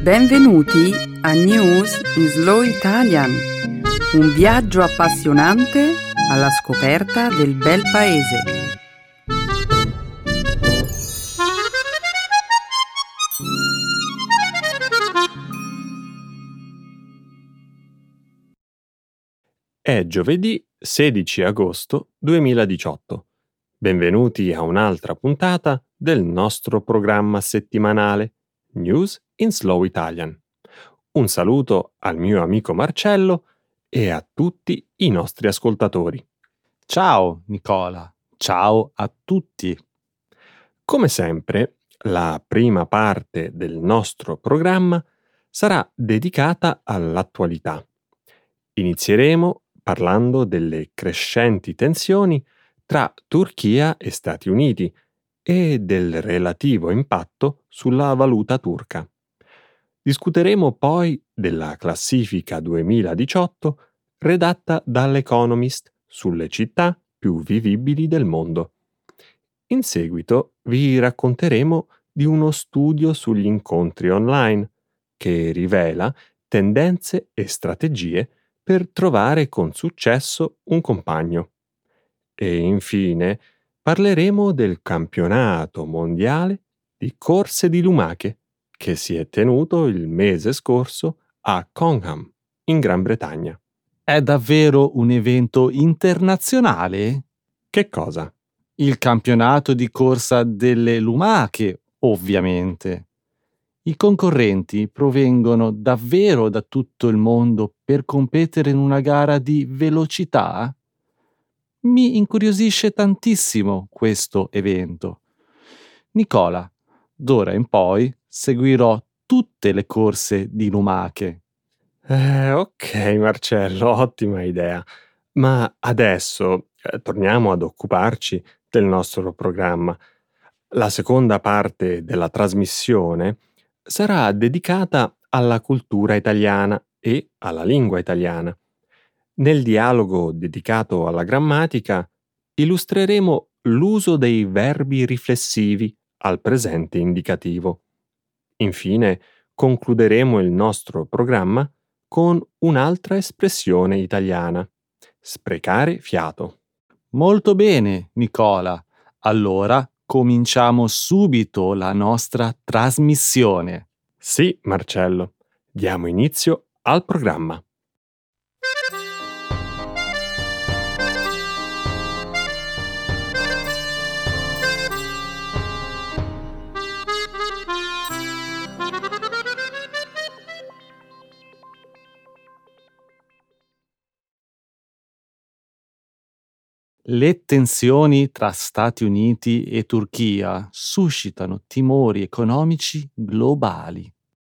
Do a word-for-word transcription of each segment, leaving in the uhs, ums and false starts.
Benvenuti a News in Slow Italian, un viaggio appassionante alla scoperta del bel paese. È giovedì sedici agosto duemiladiciotto. Benvenuti a un'altra puntata del nostro programma settimanale News in Slow Italian. Un saluto al mio amico Marcello e a tutti i nostri ascoltatori. Ciao Nicola, ciao a tutti. Come sempre, la prima parte del nostro programma sarà dedicata all'attualità. Inizieremo parlando delle crescenti tensioni tra Turchia e Stati Uniti e del relativo impatto sulla valuta turca. Discuteremo poi della classifica duemiladiciotto redatta dall'Economist sulle città più vivibili del mondo. In seguito vi racconteremo di uno studio sugli incontri online che rivela tendenze e strategie per trovare con successo un compagno. E infine parleremo del campionato mondiale di corse di lumache che si è tenuto il mese scorso a Conham, in Gran Bretagna. È davvero un evento internazionale? Che cosa? Il campionato di corsa delle lumache, ovviamente. I concorrenti provengono davvero da tutto il mondo per competere in una gara di velocità? Mi incuriosisce tantissimo questo evento. Nicola, d'ora in poi seguirò tutte le corse di lumache. Eh, ok Marcello, ottima idea. Ma adesso eh, torniamo ad occuparci del nostro programma. La seconda parte della trasmissione sarà dedicata alla cultura italiana e alla lingua italiana. Nel dialogo dedicato alla grammatica illustreremo l'uso dei verbi riflessivi al presente indicativo. Infine, concluderemo il nostro programma con un'altra espressione italiana: sprecare fiato. Molto bene, Nicola. Allora cominciamo subito la nostra trasmissione. Sì, Marcello, diamo inizio al programma. Le tensioni tra Stati Uniti e Turchia suscitano timori economici globali.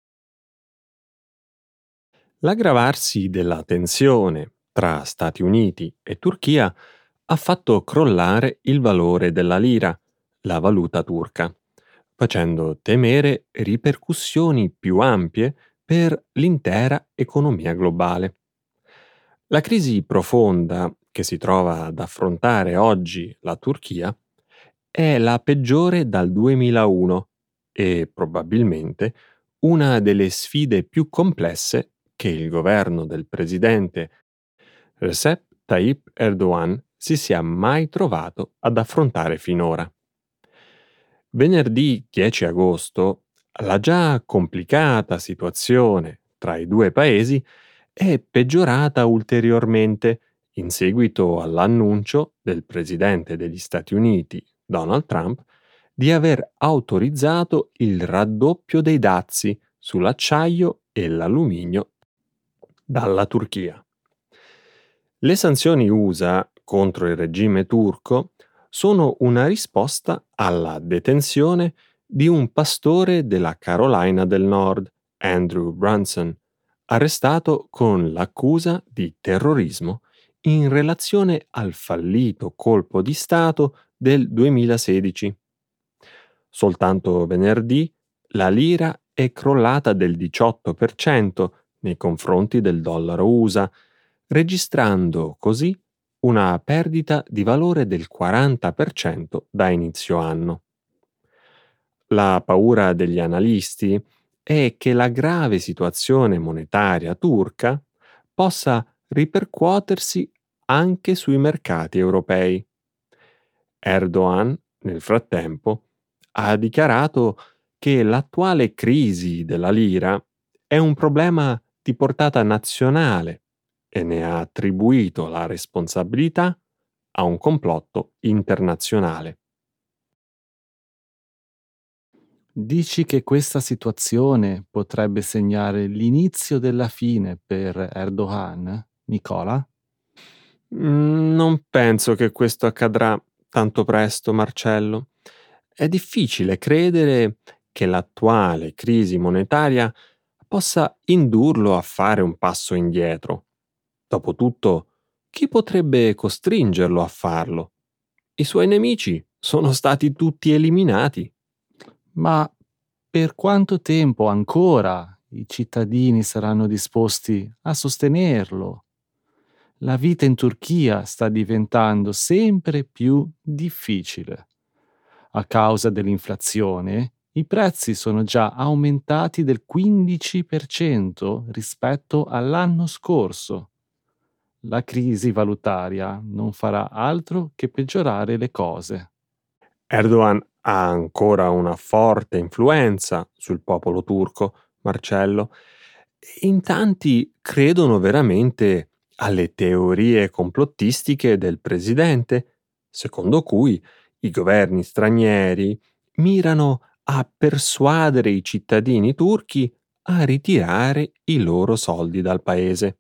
L'aggravarsi della tensione tra Stati Uniti e Turchia ha fatto crollare il valore della lira, la valuta turca, facendo temere ripercussioni più ampie per l'intera economia globale. La crisi profonda che si trova ad affrontare oggi la Turchia è la peggiore dal duemilauno e probabilmente una delle sfide più complesse che il governo del presidente Recep Tayyip Erdogan si sia mai trovato ad affrontare finora. Venerdì dieci agosto, la già complicata situazione tra i due paesi è peggiorata ulteriormente in seguito all'annuncio del presidente degli Stati Uniti, Donald Trump, di aver autorizzato il raddoppio dei dazi sull'acciaio e l'alluminio dalla Turchia. Le sanzioni U S A contro il regime turco sono una risposta alla detenzione di un pastore della Carolina del Nord, Andrew Brunson, arrestato con l'accusa di terrorismo in relazione al fallito colpo di Stato del duemilasedici. Soltanto venerdì la lira è crollata del diciotto per cento nei confronti del dollaro U S A, registrando così una perdita di valore del quaranta per cento da inizio anno. La paura degli analisti è che la grave situazione monetaria turca possa ripercuotersi anche sui mercati europei. Erdogan, nel frattempo, ha dichiarato che l'attuale crisi della lira è un problema di portata nazionale e ne ha attribuito la responsabilità a un complotto internazionale. Dici che questa situazione potrebbe segnare l'inizio della fine per Erdogan, Nicola? Mm, Non penso che questo accadrà tanto presto, Marcello. È difficile credere che l'attuale crisi monetaria possa indurlo a fare un passo indietro. Dopotutto, chi potrebbe costringerlo a farlo? I suoi nemici sono stati tutti eliminati. Ma per quanto tempo ancora i cittadini saranno disposti a sostenerlo? La vita in Turchia sta diventando sempre più difficile. A causa dell'inflazione, i prezzi sono già aumentati del quindici per cento rispetto all'anno scorso. La crisi valutaria non farà altro che peggiorare le cose. Erdogan ha ancora una forte influenza sul popolo turco, Marcello. In tanti credono veramente alle teorie complottistiche del presidente, secondo cui i governi stranieri mirano a persuadere i cittadini turchi a ritirare i loro soldi dal paese.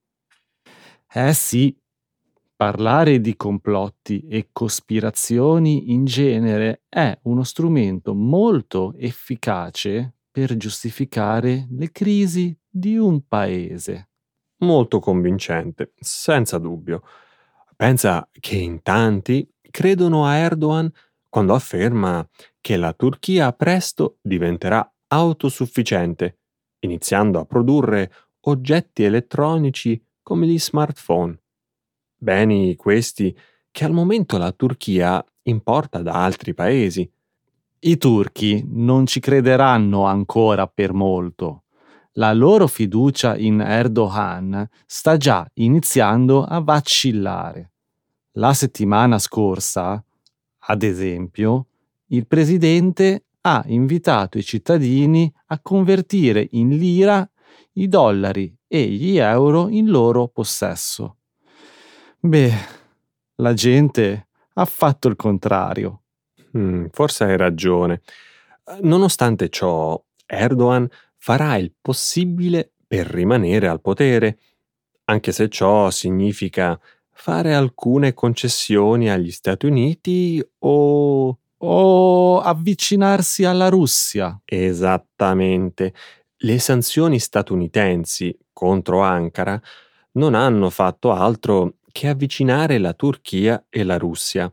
Eh sì, parlare di complotti e cospirazioni in genere è uno strumento molto efficace per giustificare le crisi di un paese. Molto convincente, senza dubbio. Pensa che in tanti credono a Erdogan quando afferma che la Turchia presto diventerà autosufficiente, iniziando a produrre oggetti elettronici come gli smartphone. Beni questi che al momento la Turchia importa da altri paesi. I turchi non ci crederanno ancora per molto. La loro fiducia in Erdogan sta già iniziando a vacillare. La settimana scorsa, ad esempio, il presidente ha invitato i cittadini a convertire in lira i dollari e gli euro in loro possesso. Beh, la gente ha fatto il contrario. Mm, forse hai ragione. Eh, Nonostante ciò, Erdogan farà il possibile per rimanere al potere, anche se ciò significa fare alcune concessioni agli Stati Uniti o... O avvicinarsi alla Russia. Esattamente. Le sanzioni statunitensi contro Ankara non hanno fatto altro che avvicinare la Turchia e la Russia.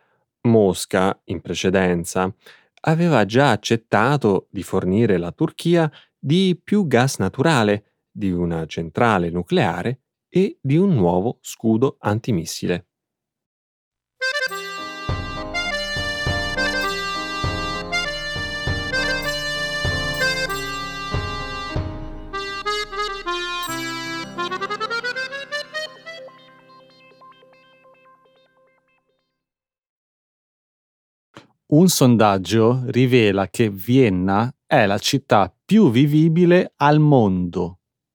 Mosca, in precedenza, aveva già accettato di fornire la Turchia di più gas naturale, di una centrale nucleare e di un nuovo scudo antimissile. Un sondaggio rivela che Vienna è la città più vivibile al mondo.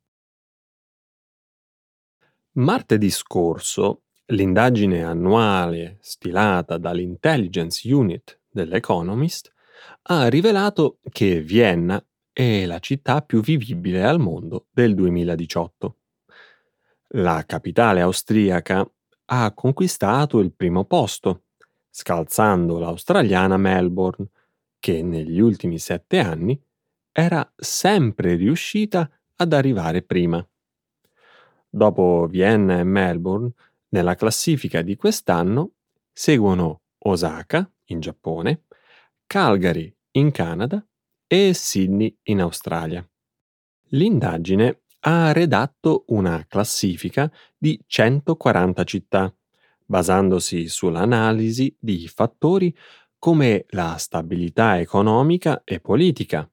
Martedì scorso, l'indagine annuale stilata dall'Intelligence Unit dell'Economist ha rivelato che Vienna è la città più vivibile al mondo del duemiladiciotto. La capitale austriaca ha conquistato il primo posto, scalzando l'australiana Melbourne, che negli ultimi sette anni era sempre riuscita ad arrivare prima. Dopo Vienna e Melbourne, nella classifica di quest'anno seguono Osaka, in Giappone, Calgary, in Canada e Sydney, in Australia. L'indagine ha redatto una classifica di centoquaranta città, basandosi sull'analisi di fattori come la stabilità economica e politica,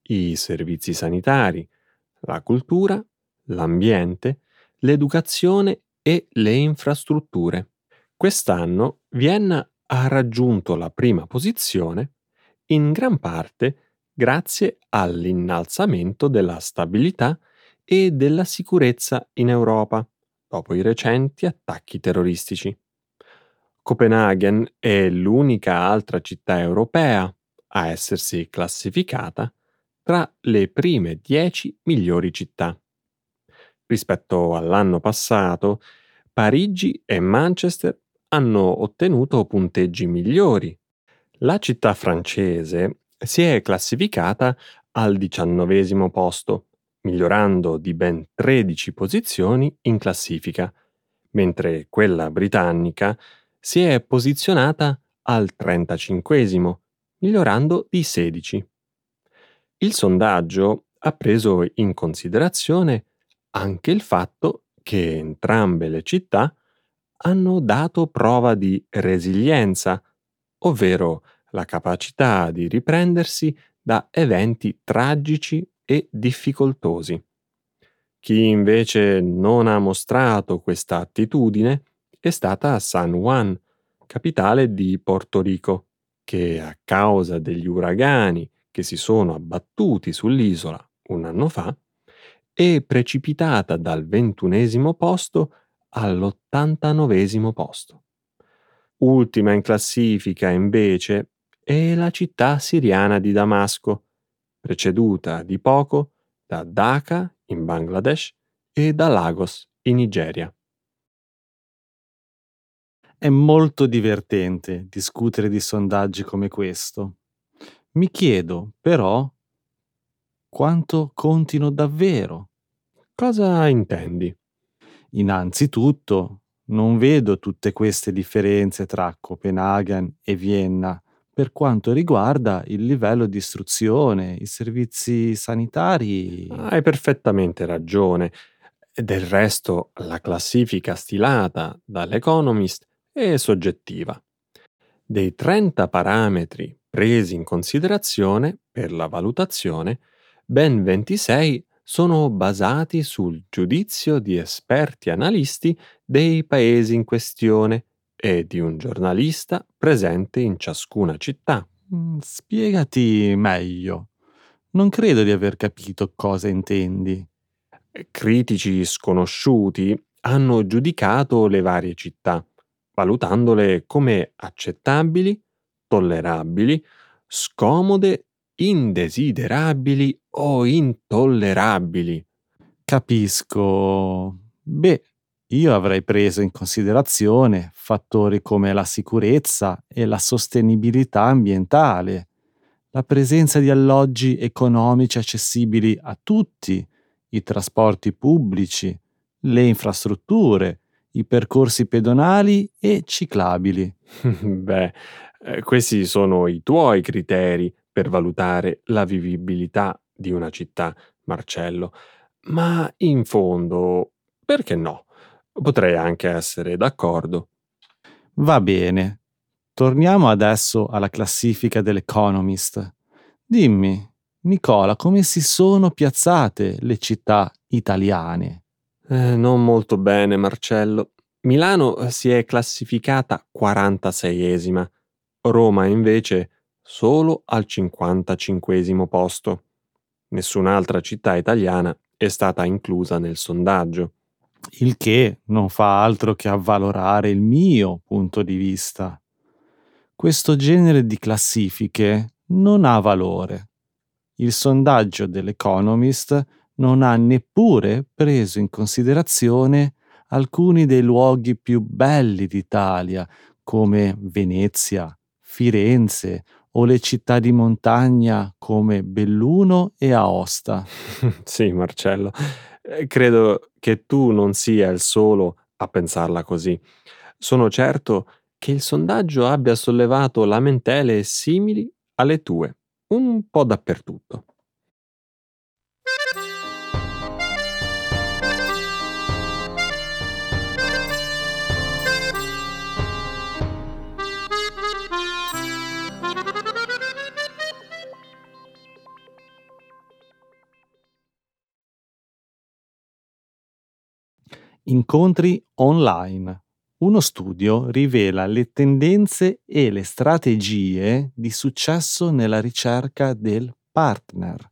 i servizi sanitari, la cultura, l'ambiente, l'educazione e le infrastrutture. Quest'anno Vienna ha raggiunto la prima posizione in gran parte grazie all'innalzamento della stabilità e della sicurezza in Europa dopo i recenti attacchi terroristici. Copenaghen è l'unica altra città europea a essersi classificata tra le prime dieci migliori città. Rispetto all'anno passato, Parigi e Manchester hanno ottenuto punteggi migliori. La città francese si è classificata al diciannovesimo posto, migliorando di ben tredici posizioni in classifica, mentre quella britannica si è posizionata al trentacinquesimo, migliorando di sedici. Il sondaggio ha preso in considerazione anche il fatto che entrambe le città hanno dato prova di resilienza, ovvero la capacità di riprendersi da eventi tragici e difficoltosi. Chi invece non ha mostrato questa attitudine è stata San Juan, capitale di Porto Rico, che a causa degli uragani che si sono abbattuti sull'isola un anno fa è precipitata dal ventunesimo posto all'ottantanovesimo posto. Ultima in classifica, invece, è la città siriana di Damasco, preceduta di poco da Dhaka in Bangladesh e da Lagos in Nigeria. È molto divertente discutere di sondaggi come questo. Mi chiedo, però, quanto contino davvero. Cosa intendi? Innanzitutto, non vedo tutte queste differenze tra Copenaghen e Vienna per quanto riguarda il livello di istruzione, i servizi sanitari. Hai perfettamente ragione. Del resto, la classifica stilata dall'Economist è soggettiva. Dei trenta parametri presi in considerazione per la valutazione, ben ventisei sono basati sul giudizio di esperti analisti dei paesi in questione e di un giornalista presente in ciascuna città. Mm, Spiegati meglio. Non credo di aver capito cosa intendi. Critici sconosciuti hanno giudicato le varie città, valutandole come accettabili, tollerabili, scomode, indesiderabili o intollerabili. Capisco. Beh, io avrei preso in considerazione fattori come la sicurezza e la sostenibilità ambientale, la presenza di alloggi economici accessibili a tutti, i trasporti pubblici, le infrastrutture, i percorsi pedonali e ciclabili. Beh, eh, questi sono i tuoi criteri per valutare la vivibilità di una città, Marcello. Ma in fondo, perché no? Potrei anche essere d'accordo. Va bene. Torniamo adesso alla classifica dell'Economist. Dimmi, Nicola, come si sono piazzate le città italiane? Eh, non molto bene, Marcello. Milano eh, si è classificata quarantaseiesima, Roma invece solo al cinquantacinquesimo posto. Nessun'altra città italiana è stata inclusa nel sondaggio. Il che non fa altro che avvalorare il mio punto di vista. Questo genere di classifiche non ha valore. Il sondaggio dell'Economist non ha neppure preso in considerazione alcuni dei luoghi più belli d'Italia, come Venezia, Firenze o le città di montagna come Belluno e Aosta. Sì, Marcello, eh, credo che tu non sia il solo a pensarla così. Sono certo che il sondaggio abbia sollevato lamentele simili alle tue, un po' dappertutto. Incontri online. Uno studio rivela le tendenze e le strategie di successo nella ricerca del partner.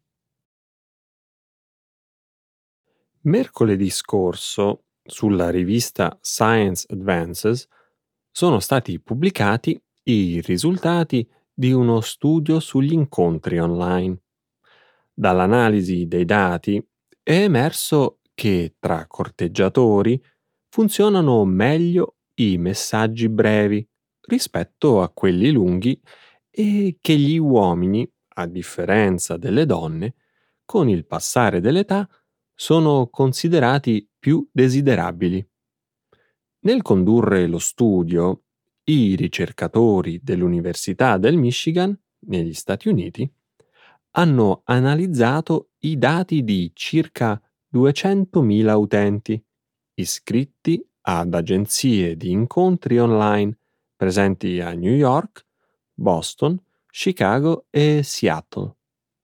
Mercoledì scorso, sulla rivista Science Advances, sono stati pubblicati i risultati di uno studio sugli incontri online. Dall'analisi dei dati è emerso che tra corteggiatori funzionano meglio i messaggi brevi rispetto a quelli lunghi e che gli uomini, a differenza delle donne, con il passare dell'età sono considerati più desiderabili. Nel condurre lo studio, i ricercatori dell'Università del Michigan, negli Stati Uniti, hanno analizzato i dati di circa duecentomila utenti iscritti ad agenzie di incontri online presenti a New York, Boston, Chicago e Seattle.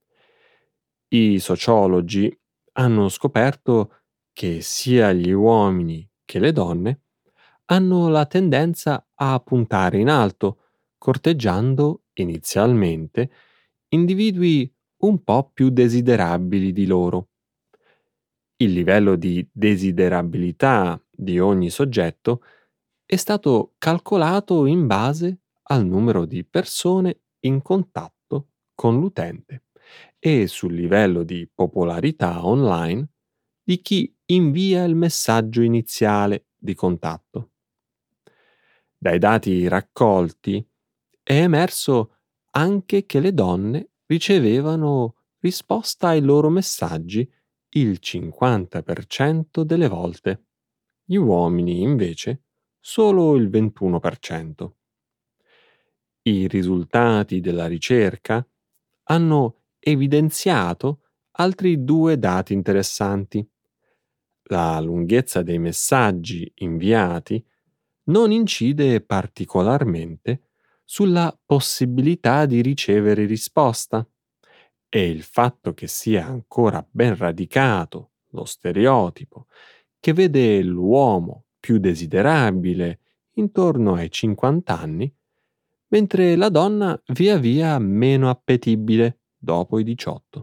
I sociologi hanno scoperto che sia gli uomini che le donne hanno la tendenza a puntare in alto, corteggiando inizialmente individui un po' più desiderabili di loro. Il livello di desiderabilità di ogni soggetto è stato calcolato in base al numero di persone in contatto con l'utente e sul livello di popolarità online di chi invia il messaggio iniziale di contatto. Dai dati raccolti è emerso anche che le donne ricevevano risposta ai loro messaggi il cinquanta per cento delle volte, gli uomini invece solo il ventuno per cento. I risultati della ricerca hanno evidenziato altri due dati interessanti. La lunghezza dei messaggi inviati non incide particolarmente sulla possibilità di ricevere risposta e il fatto che sia ancora ben radicato lo stereotipo che vede l'uomo più desiderabile intorno ai cinquanta anni, mentre la donna via via meno appetibile dopo i diciotto.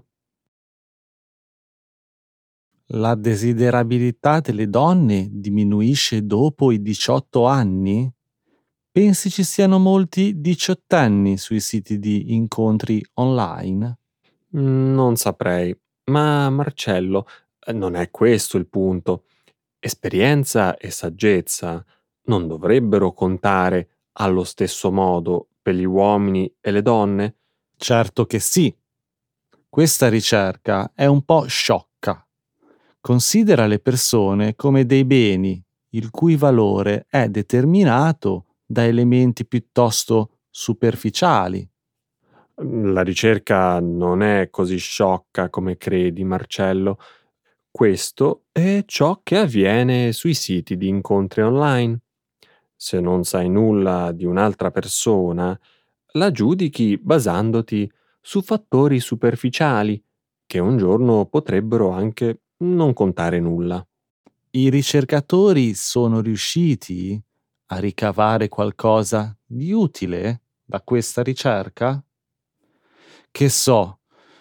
La desiderabilità delle donne diminuisce dopo i diciotto anni? Pensi ci siano molti diciottenni sui siti di incontri online? Mm, Non saprei, ma Marcello, eh, non è questo il punto. Esperienza e saggezza non dovrebbero contare allo stesso modo per gli uomini e le donne? Certo che sì. Questa ricerca è un po' sciocca. Considera le persone come dei beni, il cui valore è determinato da elementi piuttosto superficiali. La ricerca non è così sciocca come credi, Marcello. Questo è ciò che avviene sui siti di incontri online. Se non sai nulla di un'altra persona, la giudichi basandoti su fattori superficiali che un giorno potrebbero anche non contare nulla. I ricercatori sono riusciti a ricavare qualcosa di utile da questa ricerca? Che so,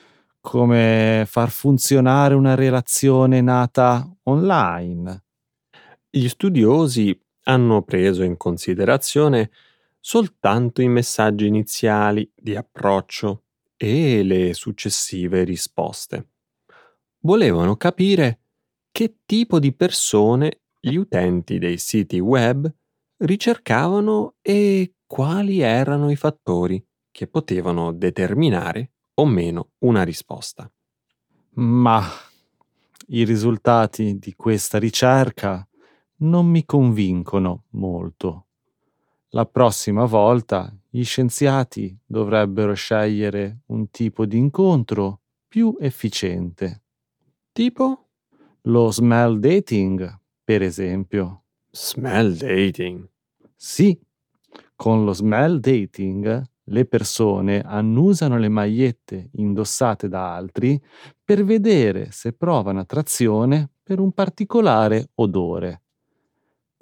come far funzionare una relazione nata online. Gli studiosi hanno preso in considerazione soltanto i messaggi iniziali di approccio e le successive risposte. Volevano capire che tipo di persone gli utenti dei siti web ricercavano e quali erano i fattori che potevano determinare o meno una risposta. Ma i risultati di questa ricerca non mi convincono molto. La prossima volta gli scienziati dovrebbero scegliere un tipo di incontro più efficiente. Tipo Lo smell dating, per esempio. smell dating. Sì, con lo smell dating le persone annusano le magliette indossate da altri per vedere se provano attrazione per un particolare odore.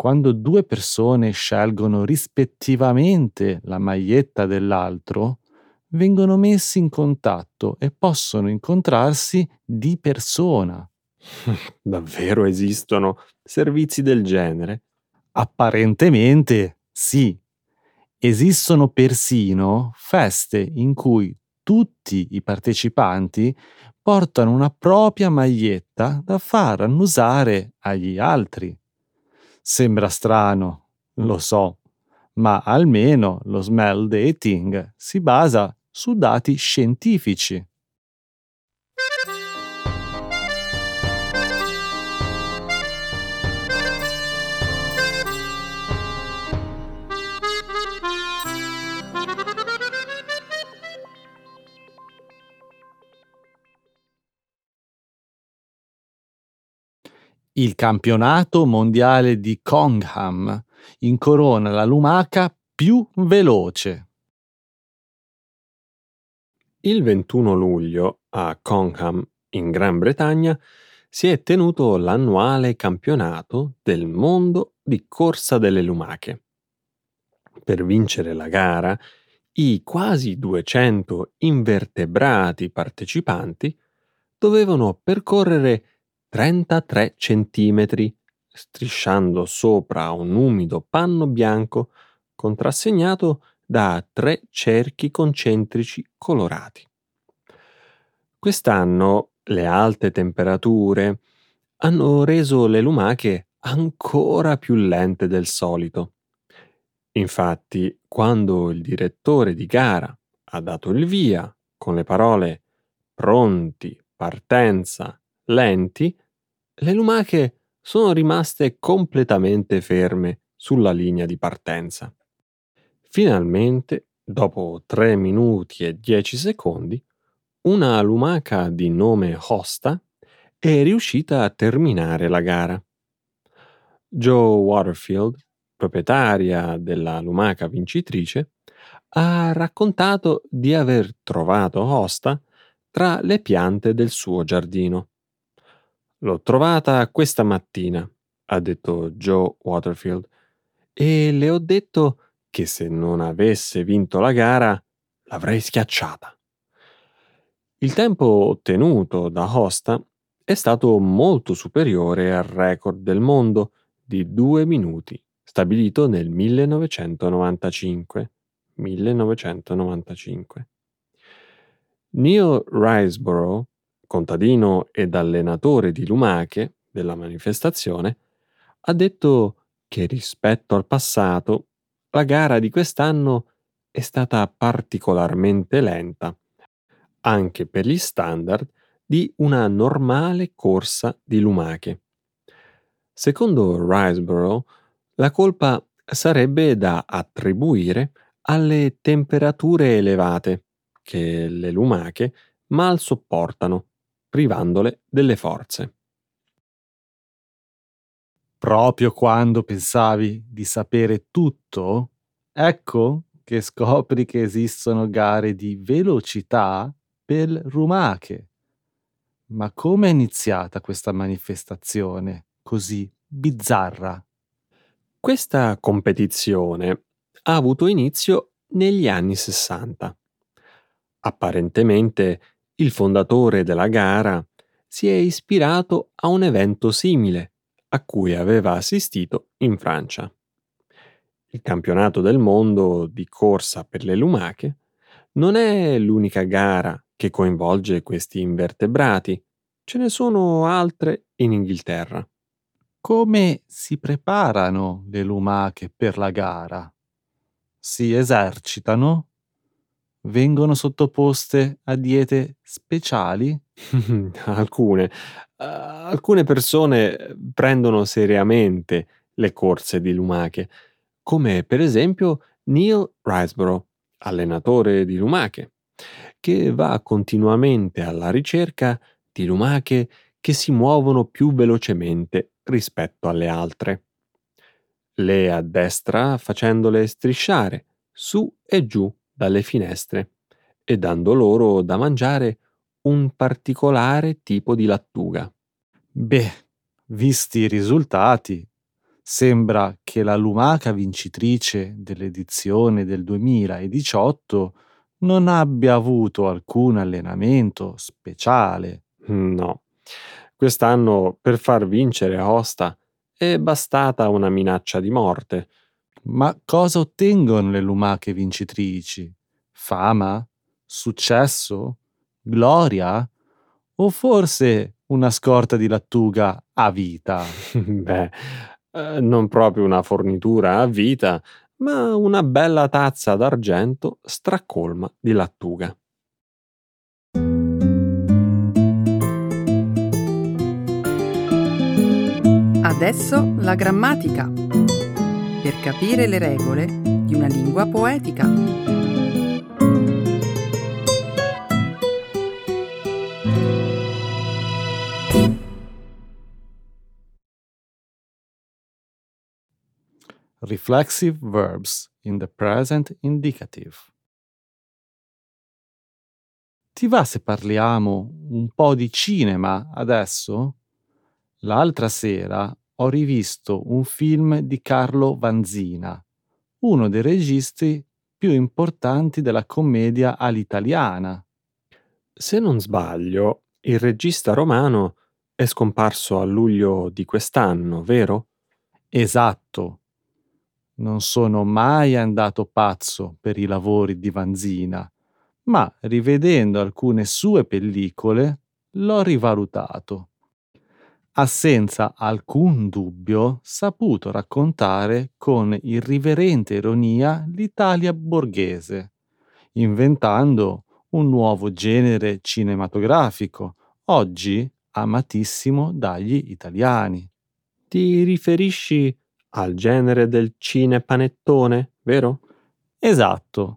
Quando due persone scelgono rispettivamente la maglietta dell'altro, vengono messi in contatto e possono incontrarsi di persona. Davvero esistono servizi del genere? Apparentemente sì. Esistono persino feste in cui tutti i partecipanti portano una propria maglietta da far annusare agli altri. Sembra strano, lo so, ma almeno lo smell dating si basa su dati scientifici. Il campionato mondiale di Congham incorona la lumaca più veloce. Il ventuno luglio a Congham, in Gran Bretagna, si è tenuto l'annuale campionato del mondo di corsa delle lumache. Per vincere la gara, i quasi duecento invertebrati partecipanti dovevano percorrere trentatré centimetri, strisciando sopra un umido panno bianco contrassegnato da tre cerchi concentrici colorati. Quest'anno le alte temperature hanno reso le lumache ancora più lente del solito. Infatti, quando il direttore di gara ha dato il via con le parole pronti, partenza, lenti, le lumache sono rimaste completamente ferme sulla linea di partenza. Finalmente, dopo tre minuti e dieci secondi, una lumaca di nome Hosta è riuscita a terminare la gara. Jo Waterfield, proprietaria della lumaca vincitrice, ha raccontato di aver trovato Hosta tra le piante del suo giardino. L'ho trovata questa mattina, ha detto Jo Waterfield, e le ho detto che se non avesse vinto la gara l'avrei schiacciata. Il tempo ottenuto da Hosta è stato molto superiore al record del mondo di due minuti, stabilito nel millenovecentonovantacinque. millenovecentonovantacinque. Neil Riseborough, contadino ed allenatore di lumache della manifestazione, ha detto che rispetto al passato la gara di quest'anno è stata particolarmente lenta, anche per gli standard di una normale corsa di lumache. Secondo Riseborough, la colpa sarebbe da attribuire alle temperature elevate che le lumache mal sopportano, privandole delle forze. Proprio quando pensavi di sapere tutto, ecco che scopri che esistono gare di velocità per lumache. Ma come è iniziata questa manifestazione così bizzarra? Questa competizione ha avuto inizio negli anni sessanta. Apparentemente il fondatore della gara si è ispirato a un evento simile a cui aveva assistito in Francia. Il campionato del mondo di corsa per le lumache non è l'unica gara che coinvolge questi invertebrati, ce ne sono altre in Inghilterra. Come si preparano le lumache per la gara? Si esercitano? Vengono sottoposte a diete speciali? Alcune. Uh, alcune persone prendono seriamente le corse di lumache, come per esempio Neil Riseborough, allenatore di lumache, che va continuamente alla ricerca di lumache che si muovono più velocemente rispetto alle altre. Le addestra facendole strisciare su e giù dalle finestre e dando loro da mangiare un particolare tipo di lattuga. Beh, visti i risultati, Sembra che la lumaca vincitrice dell'edizione del duemiladiciotto non abbia avuto alcun allenamento speciale. No. Quest'anno per far vincere Aosta è bastata una minaccia di morte. Ma cosa ottengono le lumache vincitrici? Fama? Successo? Gloria? O forse una scorta di lattuga a vita? Beh, eh, non proprio una fornitura a vita, ma una bella tazza d'argento stracolma di lattuga. Adesso la grammatica, per capire le regole di una lingua poetica. Reflexive verbs in the present indicative. Ti va se parliamo un po' di cinema adesso? L'altra sera ho rivisto un film di Carlo Vanzina, uno dei registi più importanti della commedia all'italiana. Se non sbaglio, il regista romano è scomparso a luglio di quest'anno, vero? Esatto. Non sono mai andato pazzo per i lavori di Vanzina, ma rivedendo alcune sue pellicole l'ho rivalutato. Ha senza alcun dubbio saputo raccontare con irriverente ironia l'Italia borghese, inventando un nuovo genere cinematografico, oggi amatissimo dagli italiani. Ti riferisci al genere del cinepanettone, vero? Esatto.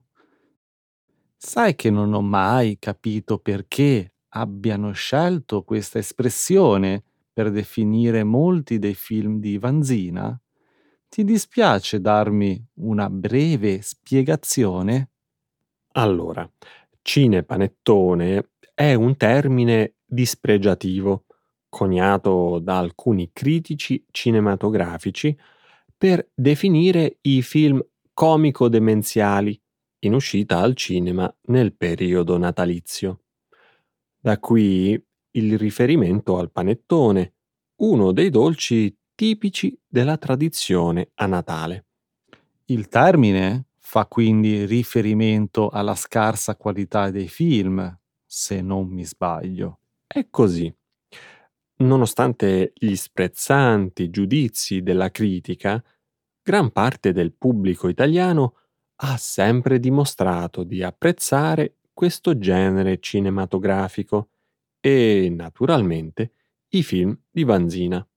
Sai che non ho mai capito perché abbiano scelto questa espressione per definire molti dei film di Vanzina? Ti dispiace darmi una breve spiegazione? Allora, cinepanettone è un termine dispregiativo, coniato da alcuni critici cinematografici per definire i film comico-demenziali in uscita al cinema nel periodo natalizio. Da qui il riferimento al panettone, uno dei dolci tipici della tradizione a Natale. Il termine fa quindi riferimento alla scarsa qualità dei film, se non mi sbaglio. È così. Nonostante gli sprezzanti giudizi della critica, gran parte del pubblico italiano ha sempre dimostrato di apprezzare questo genere cinematografico e, naturalmente, i film di Vanzina.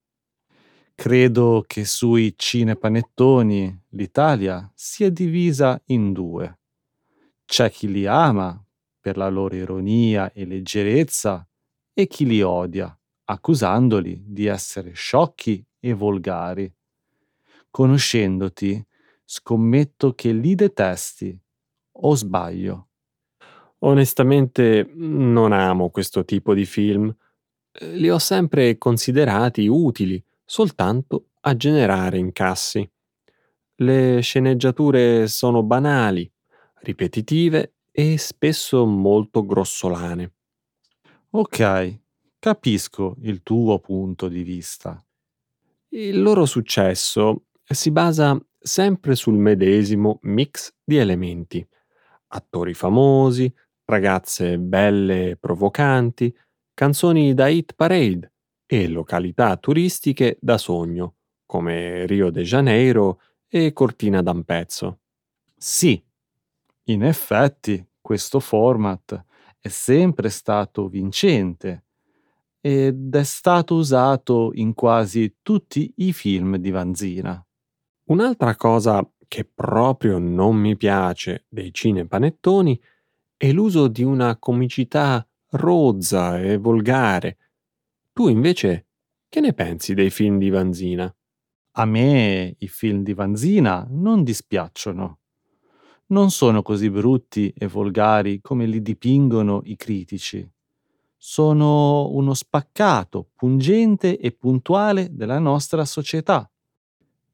Credo che sui cinepanettoni l'Italia sia divisa in due. C'è chi li ama per la loro ironia e leggerezza e chi li odia, accusandoli di essere sciocchi e volgari. Conoscendoti, scommetto che li detesti, o sbaglio? Onestamente non amo questo tipo di film. Eh, Li ho sempre considerati utili soltanto a generare incassi. Le sceneggiature sono banali, ripetitive e spesso molto grossolane. Ok, capisco il tuo punto di vista. Il loro successo si basa sempre sul medesimo mix di elementi: attori famosi, ragazze belle e provocanti, canzoni da hit parade e località turistiche da sogno, come Rio de Janeiro e Cortina d'Ampezzo. Sì, in effetti questo format è sempre stato vincente ed è stato usato in quasi tutti i film di Vanzina. Un'altra cosa che proprio non mi piace dei cinepanettoni è l'uso di una comicità rozza e volgare. Tu invece che ne pensi dei film di Vanzina? A me i film di Vanzina non dispiacciono. Non sono così brutti e volgari come li dipingono i critici. Sono uno spaccato pungente e puntuale della nostra società.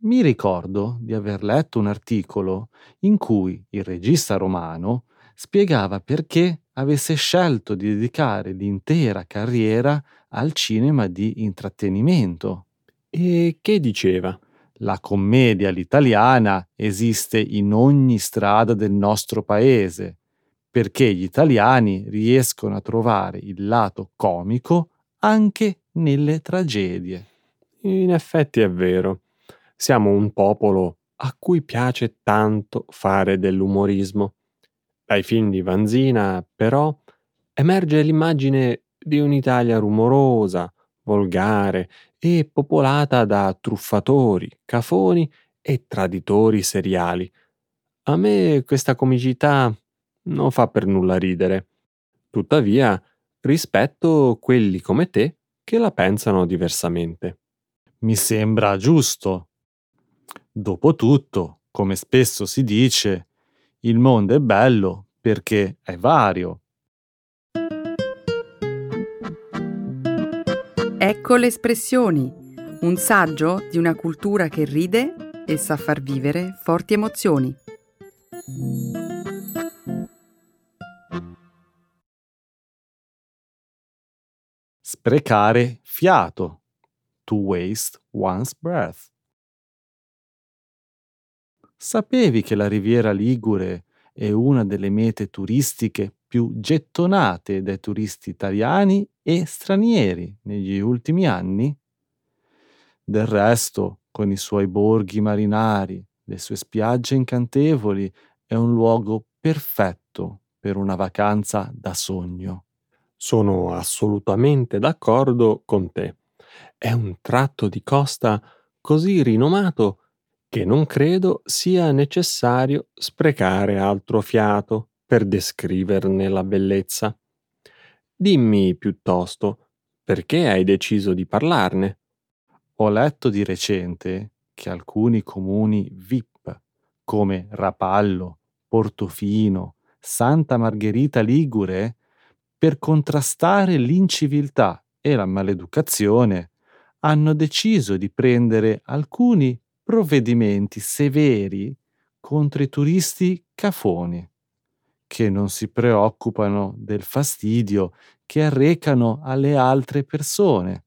Mi ricordo di aver letto un articolo in cui il regista romano spiegava perché avesse scelto di dedicare l'intera carriera al cinema di intrattenimento. E che diceva? La commedia all'italiana esiste in ogni strada del nostro paese, perché gli italiani riescono a trovare il lato comico anche nelle tragedie. In effetti è vero. Siamo un popolo a cui piace tanto fare dell'umorismo. Dai film di Vanzina, però, emerge l'immagine di un'Italia rumorosa, volgare e popolata da truffatori, cafoni e traditori seriali. A me questa comicità non fa per nulla ridere. Tuttavia, rispetto quelli come te che la pensano diversamente. Mi sembra giusto. Dopotutto, come spesso si dice, il mondo è bello perché è vario. Ecco le espressioni, un saggio di una cultura che ride e sa far vivere forti emozioni. Sprecare fiato. To waste one's breath. Sapevi che la Riviera Ligure è una delle mete turistiche più gettonate dai turisti italiani e stranieri negli ultimi anni? Del resto, con i suoi borghi marinari, le sue spiagge incantevoli, è un luogo perfetto per una vacanza da sogno. Sono assolutamente d'accordo con te. È un tratto di costa così rinomato che non credo sia necessario sprecare altro fiato per descriverne la bellezza. Dimmi piuttosto, perché hai deciso di parlarne? Ho letto di recente che alcuni comuni V I P, come Rapallo, Portofino, Santa Margherita Ligure, per contrastare l'inciviltà e la maleducazione, hanno deciso di prendere alcuni provvedimenti severi contro i turisti cafoni, che non si preoccupano del fastidio che arrecano alle altre persone.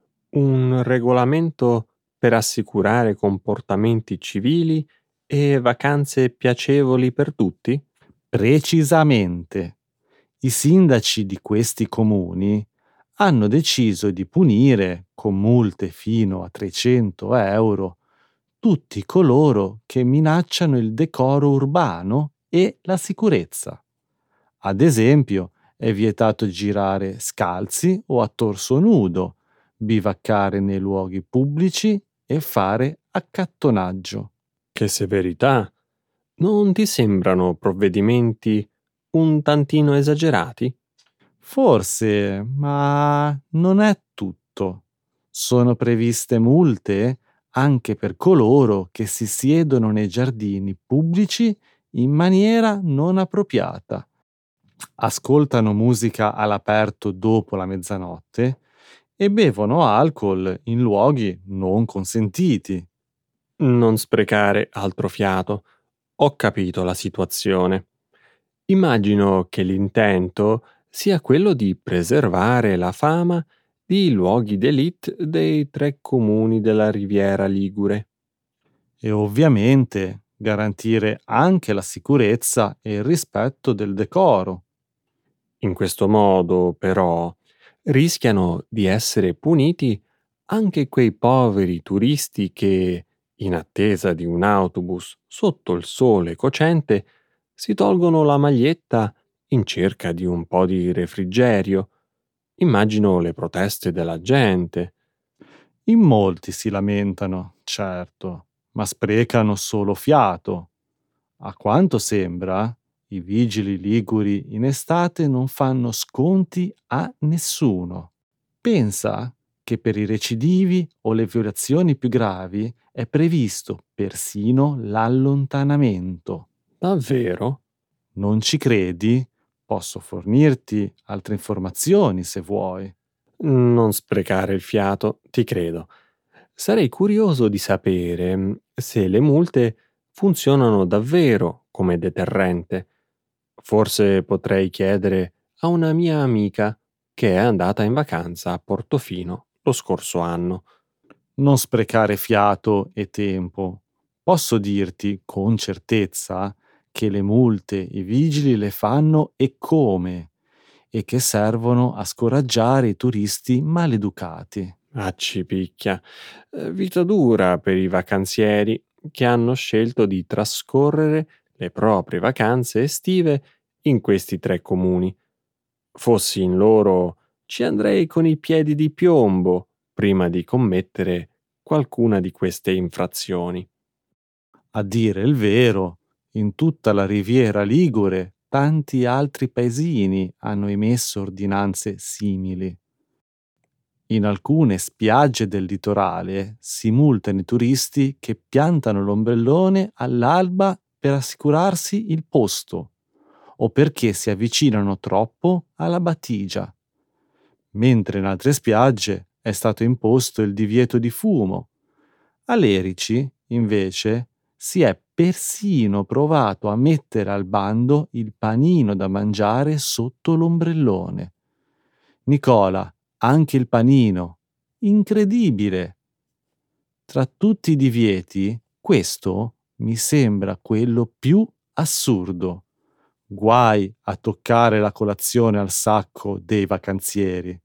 Un regolamento per assicurare comportamenti civili e vacanze piacevoli per tutti? Precisamente, i sindaci di questi comuni hanno deciso di punire con multe fino a trecento euro tutti coloro che minacciano il decoro urbano e la sicurezza. Ad esempio, è vietato girare scalzi o a torso nudo, bivaccare nei luoghi pubblici e fare accattonaggio. Che severità! Non ti sembrano provvedimenti un tantino esagerati? Forse, ma non è tutto. Sono previste multe anche per coloro che si siedono nei giardini pubblici in maniera non appropriata, ascoltano musica all'aperto dopo la mezzanotte e bevono alcol in luoghi non consentiti. Non sprecare altro fiato. Ho capito la situazione. Immagino che l'intento sia quello di preservare la fama di luoghi d'élite dei tre comuni della Riviera Ligure. E ovviamente garantire anche la sicurezza e il rispetto del decoro. In questo modo, però, rischiano di essere puniti anche quei poveri turisti che, in attesa di un autobus sotto il sole cocente, si tolgono la maglietta in cerca di un po' di refrigerio. Immagino le proteste della gente. In molti si lamentano, certo, ma sprecano solo fiato. A quanto sembra, i vigili liguri in estate non fanno sconti a nessuno. Pensa che per i recidivi o le violazioni più gravi è previsto persino l'allontanamento. Davvero? Non ci credi? Posso fornirti altre informazioni se vuoi. Non sprecare il fiato, ti credo. Sarei curioso di sapere mm, se le multe funzionano davvero come deterrente. Forse potrei chiedere a una mia amica che è andata in vacanza a Portofino lo scorso anno. Non sprecare fiato e tempo. Posso dirti con certezza che le multe i vigili le fanno e come, e che servono a scoraggiare i turisti maleducati. Acci picchia. Eh, Vita dura per i vacanzieri che hanno scelto di trascorrere le proprie vacanze estive in questi tre comuni. Fossi in loro, ci andrei con i piedi di piombo prima di commettere qualcuna di queste infrazioni. A dire il vero, in tutta la riviera Ligure tanti altri paesini hanno emesso ordinanze simili. In alcune spiagge del litorale si multano i turisti che piantano l'ombrellone all'alba per assicurarsi il posto o perché si avvicinano troppo alla battigia, mentre in altre spiagge è stato imposto il divieto di fumo. A Lerici, invece, si è persino provato a mettere al bando il panino da mangiare sotto l'ombrellone. Nicola, anche il panino. Incredibile! Tra tutti i divieti, questo mi sembra quello più assurdo. Guai a toccare la colazione al sacco dei vacanzieri.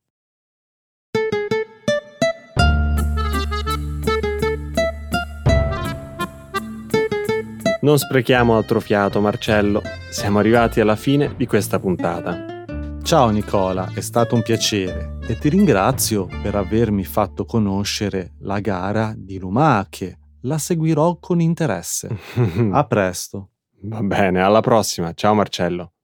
Non sprechiamo altro fiato, Marcello. Siamo arrivati alla fine di questa puntata. Ciao Nicola, è stato un piacere e ti ringrazio per avermi fatto conoscere la gara di lumache. La seguirò con interesse. A presto. Va bene, alla prossima. Ciao Marcello.